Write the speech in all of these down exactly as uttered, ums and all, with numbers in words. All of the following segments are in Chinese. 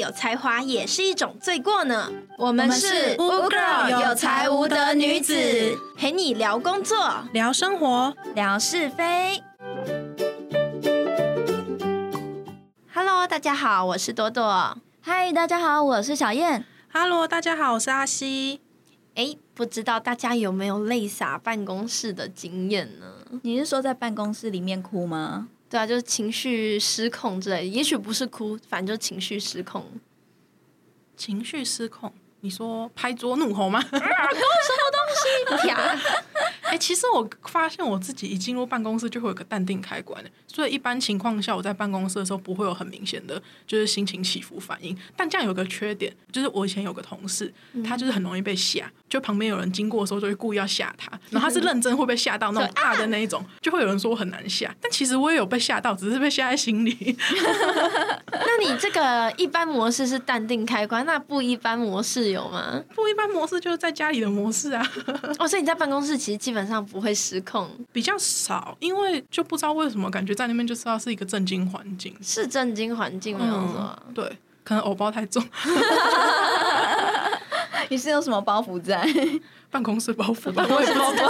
有才华也是一种罪过呢。我们是乌 girl 有才无德女子， 陪你聊工作、 聊生活、 聊是非。Hello， 大家好，我是多多。 嗨，大家好，我是小燕。 Hello， 大家好，我是阿西。 哎，不知道大家有没有泪洒办公室的经验呢？ 你是说在办公室里面哭吗？ 对啊，就是情绪失控之类的，也许不是哭，反正就情绪失控。 情绪失控？你说拍桌怒吼吗？ 什么东西？啪！ 哎、欸，其实我发现我自己一进入办公室就会有个淡定开关，所以一般情况下我在办公室的时候不会有很明显的就是心情起伏反应。但这样有个缺点，就是我以前有个同事，他就是很容易被吓，就旁边有人经过的时候就会故意要吓他，然后他是认真会被吓到那种大的那一种，就会有人说我很难吓，但其实我也有被吓到，只是被吓在心里。 那你这个一般模式是淡定开关，那不一般模式有吗？ 不一般模式就是在家里的模式啊。 哦，所以你在办公室其实基本上不会失控， 比较少，因为就不知道为什么感觉在那边就知道是一个正经环境，是正经环境没有错、 嗯。对，可能偶包太重。 你是有什么包袱在？ 办公室包袱吧，我也不知道。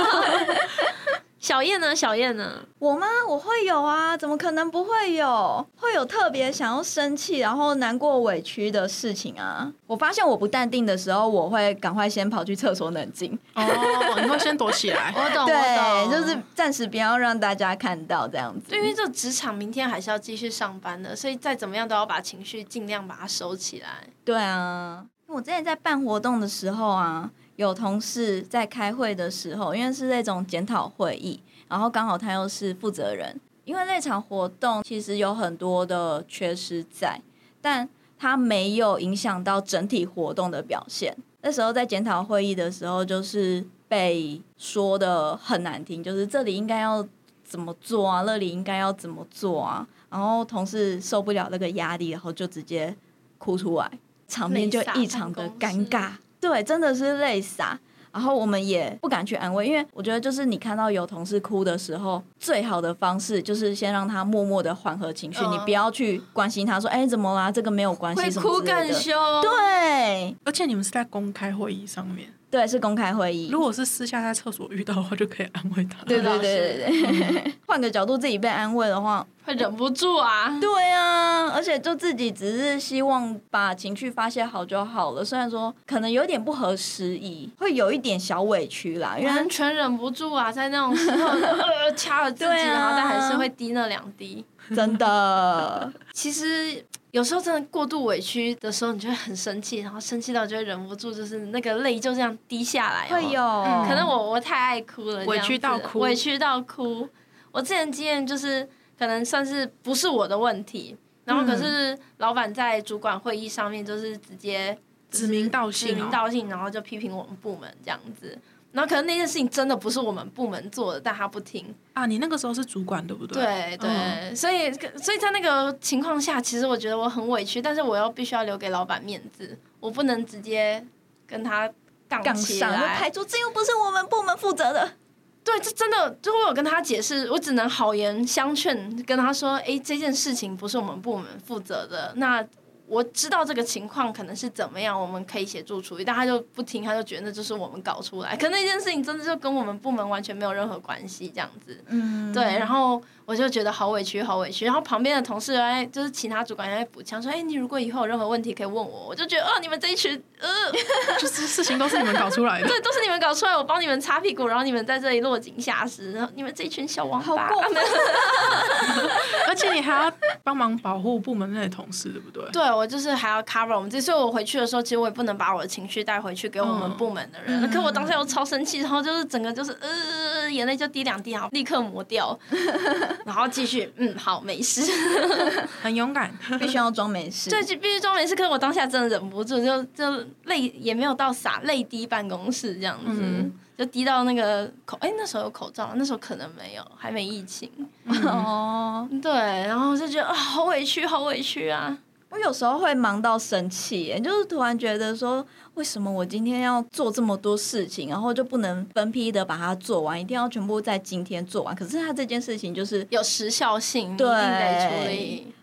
小燕呢？小燕呢？ 我吗？我会有啊，怎么可能不会有？会有特别想要生气，然后难过、委屈的事情啊。我发现我不淡定的时候，我会赶快先跑去厕所冷静。 哦，你会先躲起来。 我懂， 对， 我懂， 就是暂时不要让大家看到这样子。 因为这职场明天还是要继续上班的，所以再怎么样都要把情绪尽量把它收起来。 对啊，我之前在办活动的时候啊。有同事在开会的时候，因为是那种检讨会议，然后刚好他又是负责人，因为那场活动其实有很多的缺失在，但他没有影响到整体活动的表现。那时候在检讨会议的时候，就是被说的很难听，就是这里应该要怎么做啊，那里应该要怎么做啊，然后同事受不了那个压力，然后就直接哭出来，场面就异常的尴尬。对，真的是泪洒，然后我们也不敢去安慰，因为我觉得就是你看到有同事哭的时候，最好的方式就是先让他默默的缓和情绪、嗯，你不要去关心他说，哎，怎么啦？这个没有关系，什么之类的。 会哭更凶。 对， 而且你们是在公开会议上面。 对，是公开会议。 如果是私下在厕所遇到的话，就可以安慰他。 对对对对对，换、嗯、个角度，自己被安慰的话， 会忍不住啊。 对啊，而且就自己只是希望把情绪发泄好就好了。虽然说可能有点不合时宜，会有一点小委屈啦，因为完全忍不住啊，在那种时候呃掐了自己、啊，然后但还是会滴那两滴。 真的， 其实。有时候真的过度委屈的时候，你就会很生气，然后生气到就会忍不住，就是那个泪就这样滴下来。 会有， 嗯、可能我我太爱哭了， 委屈到哭， 委屈到哭。我之前经验就是，可能算是不是我的问题，然后可是老板在主管会议上面就是直接指名道姓、 指名道姓，然后就批评我们部门这样子。然后可能那件事情真的不是我们部门做的，但他不听啊。你那个时候是主管对不对？ 对对、嗯，所以所以在那个情况下，其实我觉得我很委屈，但是我又必须要留给老板面子，我不能直接跟他杠起来， 杠上排除这又不是我们部门负责的。 对，这真的，就我有跟他解释，我只能好言相劝，跟他说，哎，这件事情不是我们部门负责的，那。我知道这个情况可能是怎么样，我们可以协助处理，但他就不听，他就觉得那就是我们搞出来，可那件事情真的就跟我们部门完全没有任何关系，这样子。嗯，对，然后我就觉得好委屈，好委屈。然后旁边的同事哎，就是其他主管在补枪说，哎，你如果以后有任何问题可以问我，我就觉得哦，你们这一群呃， 就是事情都是你们搞出来的， 对，都是你们搞出来，我帮你们擦屁股，然后你们在这里落井下石，然后你们这一群小王八。 而且你还要帮忙保护部门内的同事，对不对？ 对。我就是还要 cover 我们这，所以我回去的时候，其实我也不能把我的情绪带回去给我们部门的人。嗯、可我当时又超生气，然后就是整个就是呃，眼泪就滴两滴，然后立刻抹掉，然后继续嗯，好，没事， 很勇敢， 必须要装没事。 对，必须装没事。可是我当下真的忍不住，就就泪也没有到洒，泪滴办公室这样子。嗯，就滴到那个口，哎，那时候有口罩，那时候可能没有，还没疫情。哦、嗯，对，然后就觉得啊、哦，好委屈，好委屈啊。 我有时候会忙到生气耶，就是突然觉得说，为什么我今天要做这么多事情，然后就不能分批的把它做完，一定要全部在今天做完？可是他这件事情就是有时效性，对，一定得处理。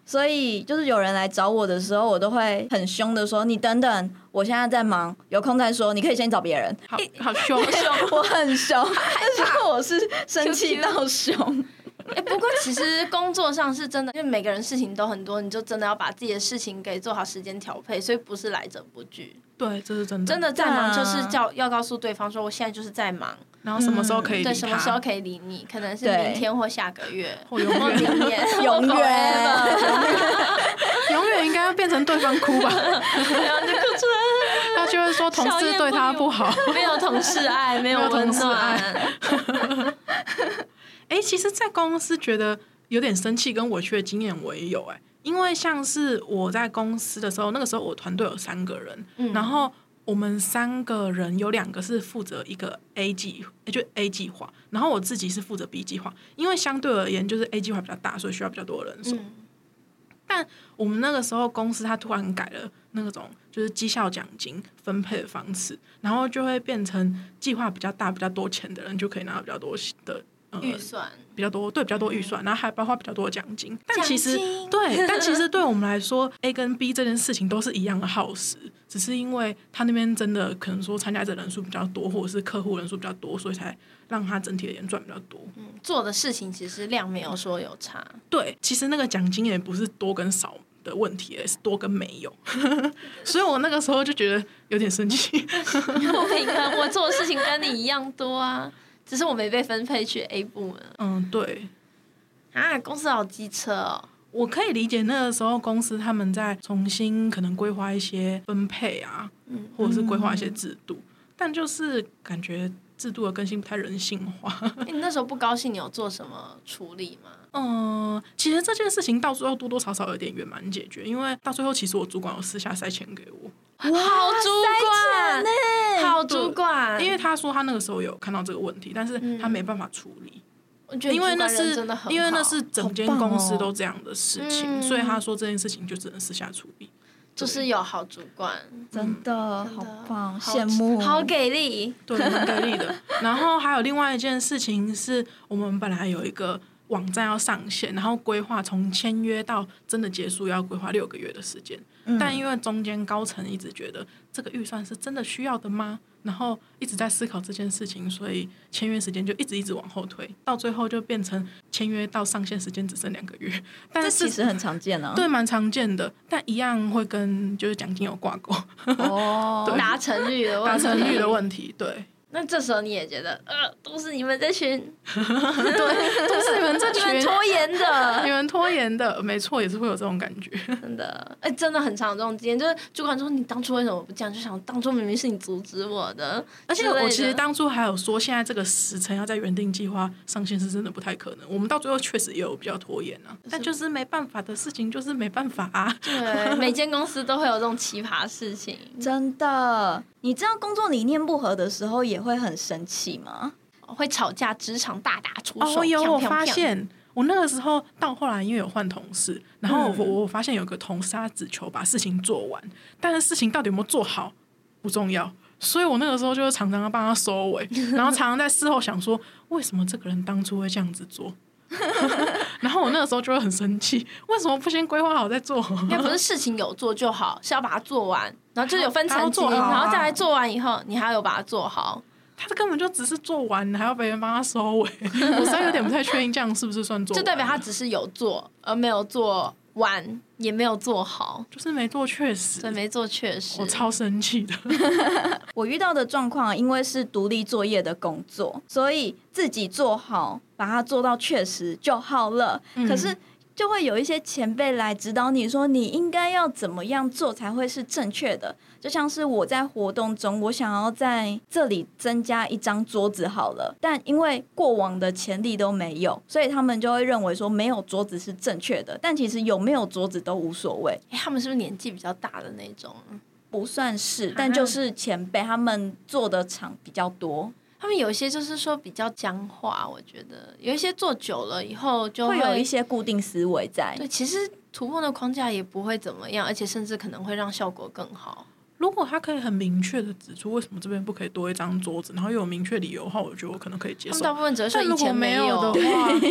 所以就是有人来找我的时候，我都会很凶的说：“你等等，我现在在忙，有空再说，你可以先找别人。” 好好凶， 我很凶，但是我是生气到凶。 哎、欸，不过其实工作上是真的，因为每个人事情都很多，你就真的要把自己的事情给做好时间调配，所以不是来者不拒。 对，这是真的。 真的在忙，就是叫要告诉对方说，我现在就是在忙， 然后什么时候可以理他、 嗯、对，什么时候可以理你，可能是明天或下个月， 或永远， 明年， 永远， 永远应该要变成对方哭吧？ 然后就哭出来， 他就会说同事对他不好， 没有同事爱，没有温暖。 哎、欸，其实，在公司觉得有点生气跟委屈的经验我也有哎、欸，因为像是我在公司的时候，那个时候我团队有三个人，嗯、然后我们三个人有两个是负责一个 A 计，就 A 计划，然后我自己是负责 B 计划，因为相对而言就是 A 计划比较大，所以需要比较多的人手。嗯、但我们那个时候公司它突然改了那种就是绩效奖金分配的方式，然后就会变成计划比较大、比较多钱的人就可以拿到比较多的。 预算比较多，对，比较多预算，然后还包括比较多的奖金。但其实对，但其实对我们来说，A 跟 B 这件事情都是一样的耗时，只是因为他那边真的可能说参加者人数比较多，或者是客户人数比较多，所以才让他整体的人赚比较多。 嗯，做的事情其实量没有说有差。 对，其实那个奖金也不是多跟少的问题，是多跟没有。所以我那个时候就觉得有点生气。 不平衡，我做的事情跟你一样多啊。只是我没被分配去 A 部门。 嗯，对。 啊，公司好机车哦。 我可以理解那个时候公司他们在重新可能规划一些分配啊，嗯、或者是规划一些制度，嗯、但就是感觉制度的更新不太人性化。 欸、你那时候不高兴，你有做什么处理吗？ 嗯，其实这件事情到最后多多少少有点圆满解决，因为到最后其实我主管有私下塞钱给我。 哇，好主管呢、欸，好主管， 因为他说他那个时候有看到这个问题，但是他没办法处理。嗯、 我觉得因为那是因为那是整间公司都这样的事情，哦、所以他说这件事情就只能私下处理。 就是有好主管， 真的好棒，羡慕， 好给力， 对，蛮给力的。然后还有另外一件事情是，我们本来有一个网站要上线，然后规划从签约到真的结束要规划六个月的时间，嗯、但因为中间高层一直觉得这个预算是真的需要的吗？然后一直在思考这件事情，所以签约时间就一直一直往后推，到最后就变成签约到上线时间只剩两个月。但是这其实很常见啊， 对，蛮常见的，但一样会跟就是奖金有挂钩。 哦，达成率的问题， 达成率的问题，对。 那这时候你也觉得，呃，都是你们这群， 对，都是你们这群你们拖延的， 你们拖延的，没错，也是会有这种感觉。 真的，哎、欸，真的很常有这种经验，就是主管说你当初为什么不这样，就想当初明明是你阻止我的， 而且我其实当初还有说，现在这个时程要在原定计划上线是真的不太可能。我们到最后确实也有比较拖延啊，但就是没办法的事情，就是没办法啊。 对，每间公司都会有这种奇葩事情， 真的。你知道工作理念不合的时候也会很生气吗？ 会吵架，职场大打出手。 哦，有，我发现我那个时候到后来，因为有换同事，然后我、嗯、我发现有个同事他只求把事情做完，但是事情到底有没有做好不重要，所以我那个时候就常常要帮他收尾，然后常常在事后想说，为什么这个人当初会这样子做？然后我那个时候就会很生气，为什么不先规划好再做？ 应该不是事情有做就好，是要把它做完，然后就有分层级，然后再来做完以后，你还要把它做好。 他根本就只是做完，还要别人帮他收尾。我实在有点不太确定，这样是不是算做完？ 就代表他只是有做，而没有做完，也没有做好， 就是没做确实。 对，没做确实。 我超生气的。 我遇到的状况，因为是独立作业的工作，所以自己做好，把它做到确实就好了。嗯、可是就会有一些前辈来指导你说，你应该要怎么样做才会是正确的。就像是我在活动中，我想要在这里增加一张桌子好了，但因为过往的前例都没有，所以他们就会认为说没有桌子是正确的，但其实有没有桌子都无所谓。 欸、他们是不是年纪比较大的那种？ 不算是，但就是前辈他们做的场比较多。 他们有一些就是说比较僵化，我觉得有一些做久了以后就 会, 会有一些固定思维在。 对，其实突破的框架也不会怎么样，而且甚至可能会让效果更好。 如果他可以很明确的指出为什么这边不可以多一张桌子，然后又有明确理由的话，我觉得我可能可以接受。 他们大部分只是说以前没有的话， 他们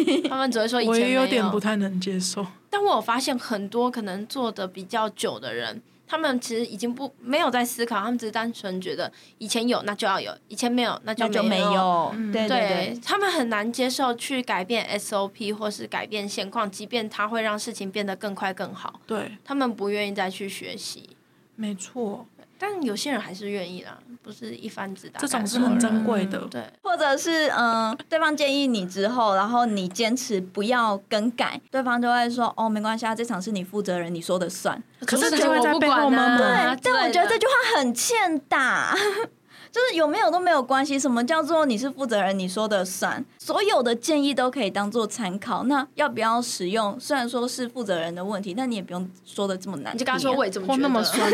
们只会说以前没有。 我也有点不太能接受。 但我有发现很多可能做的比较久的人，他们其实已经不没有在思考，他们只是单纯觉得以前有那就要有，以前没有那就没有。 没有嗯、对对对, 对， 他们很难接受去改变 S O P 或是改变现况，即便它会让事情变得更快更好。 对， 他们不愿意再去学习。 没错。 但有些人还是愿意啦，不是一竿子打这种是很珍贵的。 对， 或者是嗯、呃，对方建议你之后，然后你坚持不要更改，对方就会说哦，没关系啊，这场是你负责人，你说的算。 可是就会在背后吗？ 对，但我觉得这句话很欠打。就是有没有都没有关系，什么叫做你是负责人，你说的算？所有的建议都可以当做参考。那要不要使用？虽然说是负责人的问题，但你也不用说的这么难听、啊。 你就跟他说我也这么觉得， 那么酸。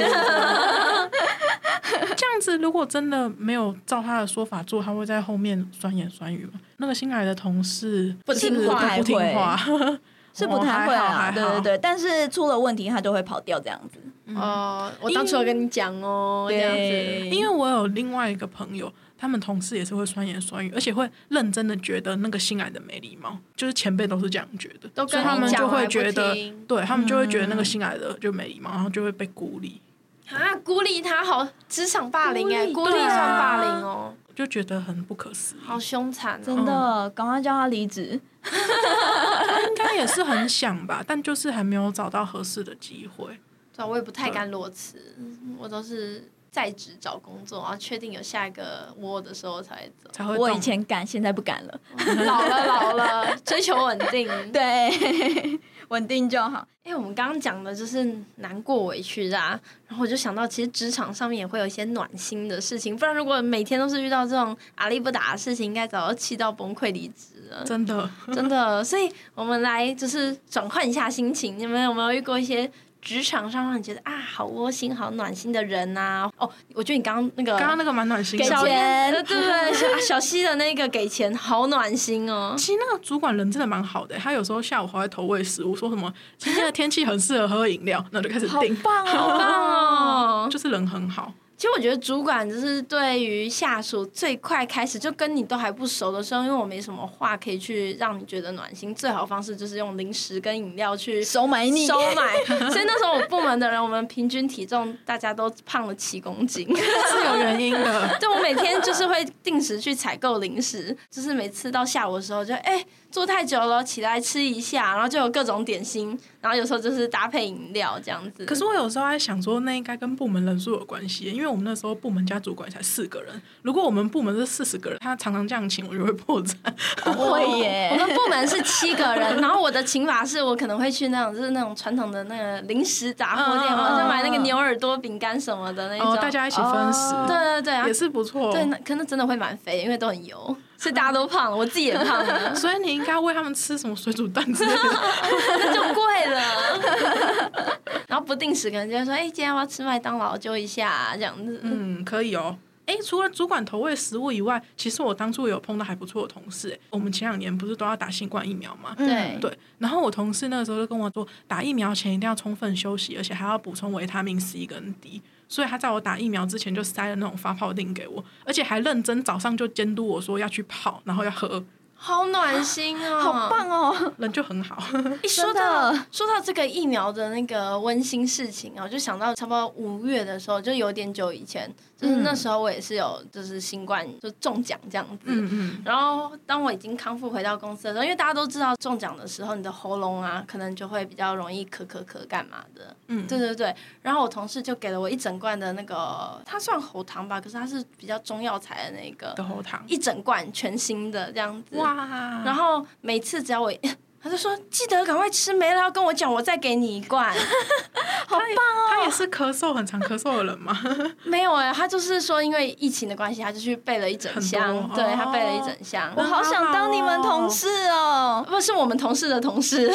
这样子，如果真的没有照他的说法做，他会在后面酸言酸语吗？那个新来的同事不听话， 不听话。 是不太会啊，对对对，但是出了问题他就会跑掉这样子。 哦、嗯，我当初有跟你讲哦，这样子。 因为我有另外一个朋友，他们同事也是会酸言酸语，而且会认真的觉得那个新来的没礼貌，就是前辈都是这样觉得， 都跟他们就会觉得，对他们就会觉得那个嗯新来的就没礼貌，然后就会被孤立。 啊，孤立他好，职场霸凌哎、欸，孤立算霸凌哦， 就觉得很不可思议， 好凶残、哦， 真的，赶、嗯、快叫他离职。 他应该也是很想吧，但就是还没有找到合适的机会。 对，我也不太敢裸辞，我都是在职找工作，然后确定有下一个窝的时候才走。 才会。 我以前敢，现在不敢了。 老了老了，追求稳定， 对，稳定就好。 因为我们刚刚讲的就是难过委屈啊，然后我就想到，其实职场上面也会有一些暖心的事情，不然如果每天都是遇到这种阿力不打的事情，应该早就气到崩溃离职了。 真的， 真的，所以我们来就是转换一下心情，你们有没有遇过一些职场上让你觉得啊好窝心、好暖心的人啊？哦，我觉得你刚刚那个刚刚那个蛮暖心的， 给钱， 对对对，小小西的那个给钱好暖心哦。 其实那个主管人真的蛮好的，他有时候下午还会投喂食物，说什么今天的天气很适合喝饮料，那就开始订， 好棒哦， 好棒哦， 就是人很好。 其实我觉得主管就是对于下属最快开始就跟你都还不熟的时候，因为我没什么话可以去让你觉得暖心，最好的方式就是用零食跟饮料去收买你， 收买。所以那时候我部门的人，我们平均体重大家都胖了七公斤， 是有原因的。 对，我每天就是会定时去采购零食，就是每次到下午的时候就哎。欸坐太久了，起来吃一下，然后就有各种点心，然后有时候就是搭配饮料这样子。 可是我有时候在想说，那应该跟部门人数有关系，因为我们那时候部门加主管才四个人，如果我们部门是四十个人，他常常这样请，我就会破产。 会耶， 我们部门是七个人，然后我的请法是我可能会去那种就是那种传统的那个零食杂货店，然后就买那个牛耳朵饼干什么的那种， 哦，大家一起分食， 对对对， 也是不错。 对，可能真的会蛮肥，因为都很油。所以大家都胖了，我自己也胖了。 所以你应该喂他们吃什么水煮蛋之类的， 那就贵了。然后不定时可能就会说：“哎、欸，今天要不要吃麦当劳揪一下、啊？”这样子。 嗯，可以哦。哎、欸，除了主管投喂食物以外，其实我当初有碰到还不错的同事、欸。我们前两年不是都要打新冠疫苗吗？ 对对。然后我同事那个时候就跟我说，打疫苗前一定要充分休息，而且还要补充维他命 C 跟 D。所以他在我打疫苗之前就塞了那种发泡锭给我，而且还认真早上就监督我说要去泡，然后要喝。 好暖心哦， 好棒哦， 人就很好。 一说到说到这个疫苗的那个温馨事情啊，我就想到差不多五月的时候，就有点久以前，就是那时候我也是有就是新冠就中奖这样子。嗯嗯。然后当我已经康复回到公司的时候，因为大家都知道中奖的时候，你的喉咙啊可能就会比较容易咳咳咳干嘛的。嗯，对对对。然后我同事就给了我一整罐的那个，它算喉糖吧，可是它是比较中药材的那个的喉糖， 一整罐全新的这样子。 哇！ 然后每次只要我，他就说记得赶快吃，没了要跟我讲，我再给你一罐。 好棒哦！ 他也是咳嗽很常咳嗽的人吗？ 没有哎、欸，他就是说因为疫情的关系，他就去备了一整箱，对、哦、他备了一整箱。 我好想当你们同事哦， 不是我们同事的同事。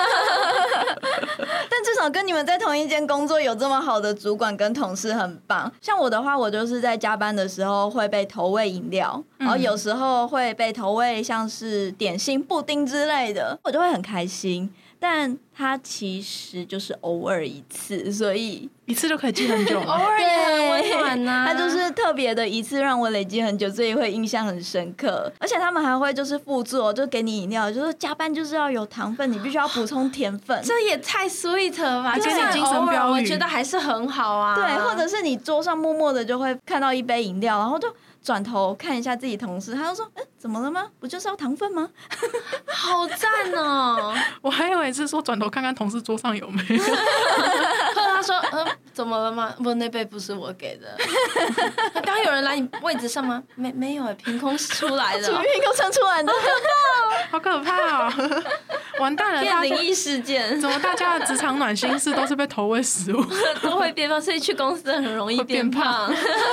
但至少跟你们在同一间工作，有这么好的主管跟同事，很棒。像我的话，我就是在加班的时候会被投喂饮料，嗯、然后有时候会被投喂像是点心、布丁之类的，我就会很开心。但它其实就是偶尔一次，所以一次就可以记很久偶吗？ 尔也很温暖呐。 他就是特别的一次让我累积很久，所以会印象很深刻。而且他们还会就是附作，就给你饮料，就是加班就是要有糖分，你必须要补充甜分。 这也太 sweet 了吧！ 给你精神偶尔标语我觉得还是很好啊。 对，或者是你桌上默默的就会看到一杯饮料，然后就转头看一下自己同事，他就说：“哎、欸，怎么了吗？不就是要糖分吗？” 好赞哦！ 我还以为是说转头看看同事桌上有没有。 或者他说：“嗯、呃，怎么了吗？不，那杯不是我给的。刚刚有人来你位置上吗？没，没有，凭空出来的、哦， 凭空生出来的， 好可怕哦！完蛋了， 变灵异事件。 怎么大家的职场暖心事都是被投喂食物， 都会变胖，所以去公司很容易变胖。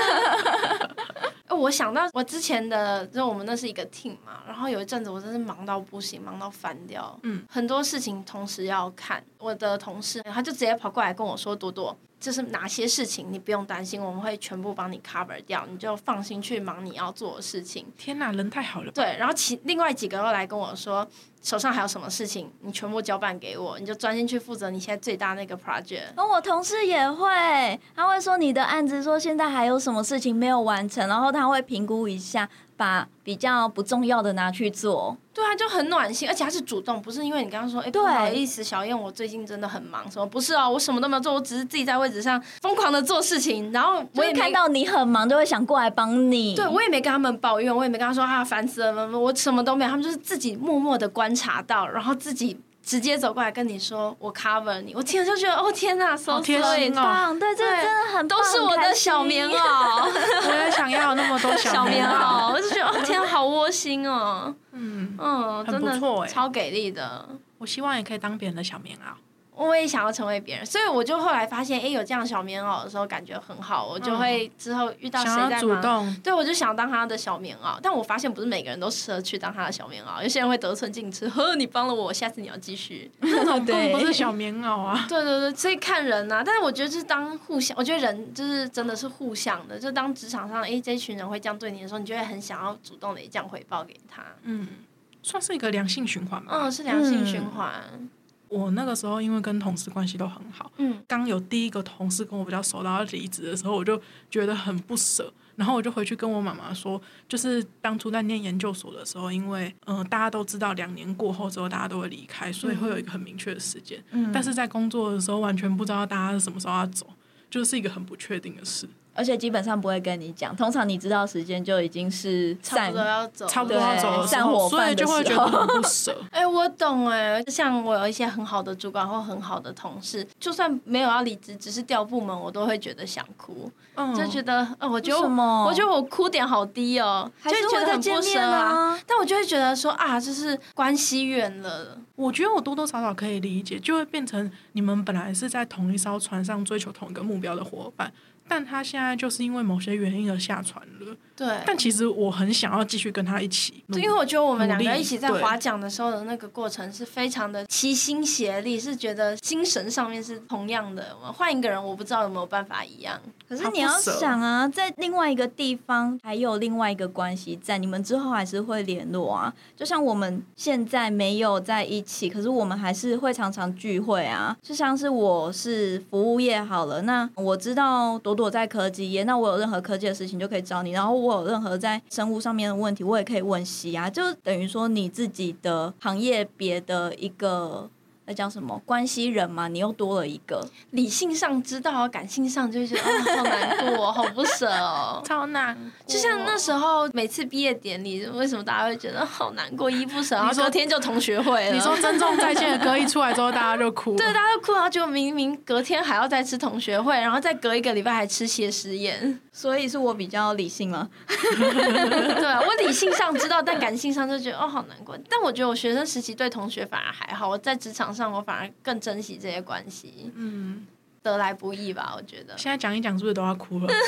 我想到我之前的，就我们那是一个 team 嘛，然后有一阵子我真是忙到不行，忙到翻掉，嗯，很多事情同时要看。我的同事他就直接跑过来跟我说：“多多，就是哪些事情你不用担心，我们会全部帮你 cover 掉，你就放心去忙你要做的事情。” 天哪，人太好了吧。 对，然后其另外几个又来跟我说，手上还有什么事情，你全部交办给我，你就专心去负责你现在最大那个 project。 然后我同事也会，他会说你的案子说现在还有什么事情没有完成，然后他会评估一下，把比较不重要的拿去做。 对啊，就很暖心，而且他是主动，不是因为你刚刚说，哎，不好意思，小燕，我最近真的很忙，什么不是哦，我什么都没有做，我只是自己在位置上疯狂的做事情，然后我也看到你很忙，就会想过来帮你。 对，我也没跟他们抱怨，我也没跟他说啊烦死了，我什么都没有，他们就是自己默默的观察到，然后自己直接走过来跟你说我 cover 你，我听了就觉得哦天哪 ，so sweet， 棒，对，这真的很棒， 都是我的小棉袄， 我也想要有那么多小棉袄，我就觉得哦天，好窝心哦，嗯嗯，真的超给力的， 我希望也可以当别人的小棉袄。 我也想要成为别人，所以我就后来发现，哎，有这样小棉袄的时候感觉很好，我就会之后遇到谁在忙，对我就想当他的小棉袄。但我发现不是每个人都适合去当他的小棉袄，有些人会得寸进尺，呵，你帮了我，下次你要继续。 那种根本不是小棉袄啊。 对对对，所以看人啊，但是我觉得就是当互相，我觉得人就是真的是互相的，就当职场上，哎，这一群人会这样对你的时候，你就会很想要主动的这样回报给他。 嗯，算是一个良性循环吧。 嗯，是良性循环。 嗯我那个时候因为跟同事关系都很好，嗯，刚有第一个同事跟我比较熟，然后离职的时候，我就觉得很不舍，然后我就回去跟我妈妈说，就是当初在念研究所的时候，因为嗯、呃、大家都知道两年过后之后大家都会离开，所以会有一个很明确的时间，嗯，但是在工作的时候完全不知道大家是什么时候要走，就是一个很不确定的事。 而且基本上不会跟你讲，通常你知道时间就已经是差不多要走， 差不多要走的时候，所以就会觉得很不舍。 哎、欸，我懂哎，像我有一些很好的主管或很好的同事，就算没有要离职，只是调部门，我都会觉得想哭，嗯、就觉得，呃，我觉得我，我觉得我哭点好低哦，就会觉得很不舍啊。但我就会觉得说啊，就是关系远了。 我觉得我多多少少可以理解，就会变成你们本来是在同一艘船上追求同一个目标的伙伴。但他现在就是因为某些原因而下船了。 对。 但其实我很想要继续跟他一起。 对，因为我觉得我们两个一起在划桨的时候的那个过程是非常的齐心协力，是觉得精神上面是同样的。换一个人，我不知道有没有办法一样。 可是你要想啊，在另外一个地方还有另外一个关系在，你们之后还是会联络啊。就像我们现在没有在一起，可是我们还是会常常聚会啊。就像是我是服务业好了，那我知道多朵在科技业，那我有任何科技的事情就可以找你，然后我有任何在生物上面的问题，我也可以问西啊。就等于说你自己的行业别的一个。那叫什么关系人嘛？你又多了一个。 理性上知道，感性上就会觉得啊，好难过，好不舍哦， 超难过。 就像那时候每次毕业典礼，为什么大家会觉得好难过、依依不舍？然后隔天就同学会了。 你说珍重再见的歌一出来之后，大家就哭了。 对，大家都哭，然后结果明明隔天还要再吃同学会，然后再隔一个礼拜还吃谢师宴。 所以是我比较理性吗？ 对啊，我理性上知道，但感性上就觉得哦好难过。但我觉得我学生时期对同学反而还好，我在职场上我反而更珍惜这些关系。嗯，得来不易吧，我觉得。 现在讲一讲是不是都要哭了？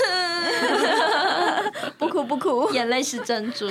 不哭不哭， 眼泪是珍珠。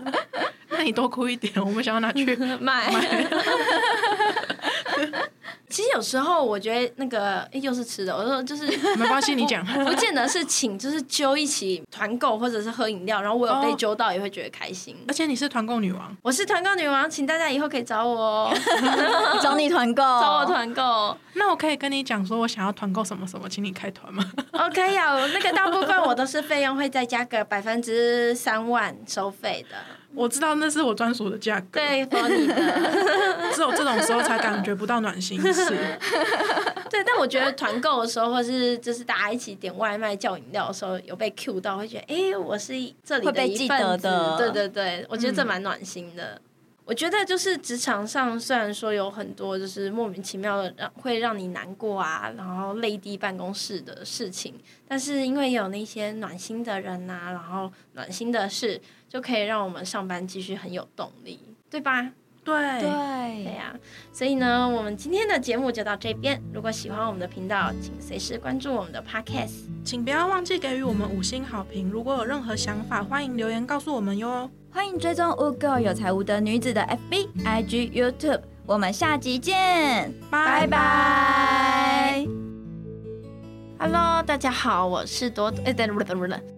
那你多哭一点，我们想要拿去卖。 其实有时候我觉得那个、欸、又是吃的，我说就是没关系，你讲， 不见得是请，就是揪一起团购或者是喝饮料，然后我有被揪到也会觉得开心。 而且你是团购女王， 我是团购女王，请大家以后可以找我哦， 找你团购， 找我团购。 那我可以跟你讲说，我想要团购什么什么，请你开团吗？ OK 呀、啊，那个大部分我都是费用会再加个百分之三万收费的。 我知道那是我专属的价格， 对，for你的， 只有这种时候才感觉不到暖心事。 对，但我觉得团购的时候，或是就是大家一起点外卖叫饮料的时候，有被 cue 到，会觉得哎、欸，我是这里的一份子， 会被记得的对对对，我觉得这蛮暖心的。嗯，我觉得就是职场上虽然说有很多就是莫名其妙的让会让你难过啊，然后泪滴办公室的事情，但是因为有那些暖心的人啊，然后暖心的事，就可以让我们上班继续很有动力，对吧？ 对对对呀、啊，所以呢，我们今天的节目就到这边。如果喜欢我们的频道，请随时关注我们的 Podcast， 请不要忘记给予我们五星好评。如果有任何想法，欢迎留言告诉我们哟。 欢迎追踪无 girl 有才无德女子的 F B、I G、YouTube， 我们下集见，拜拜。 Hello， 大家好，我是多多，哎，等等等等。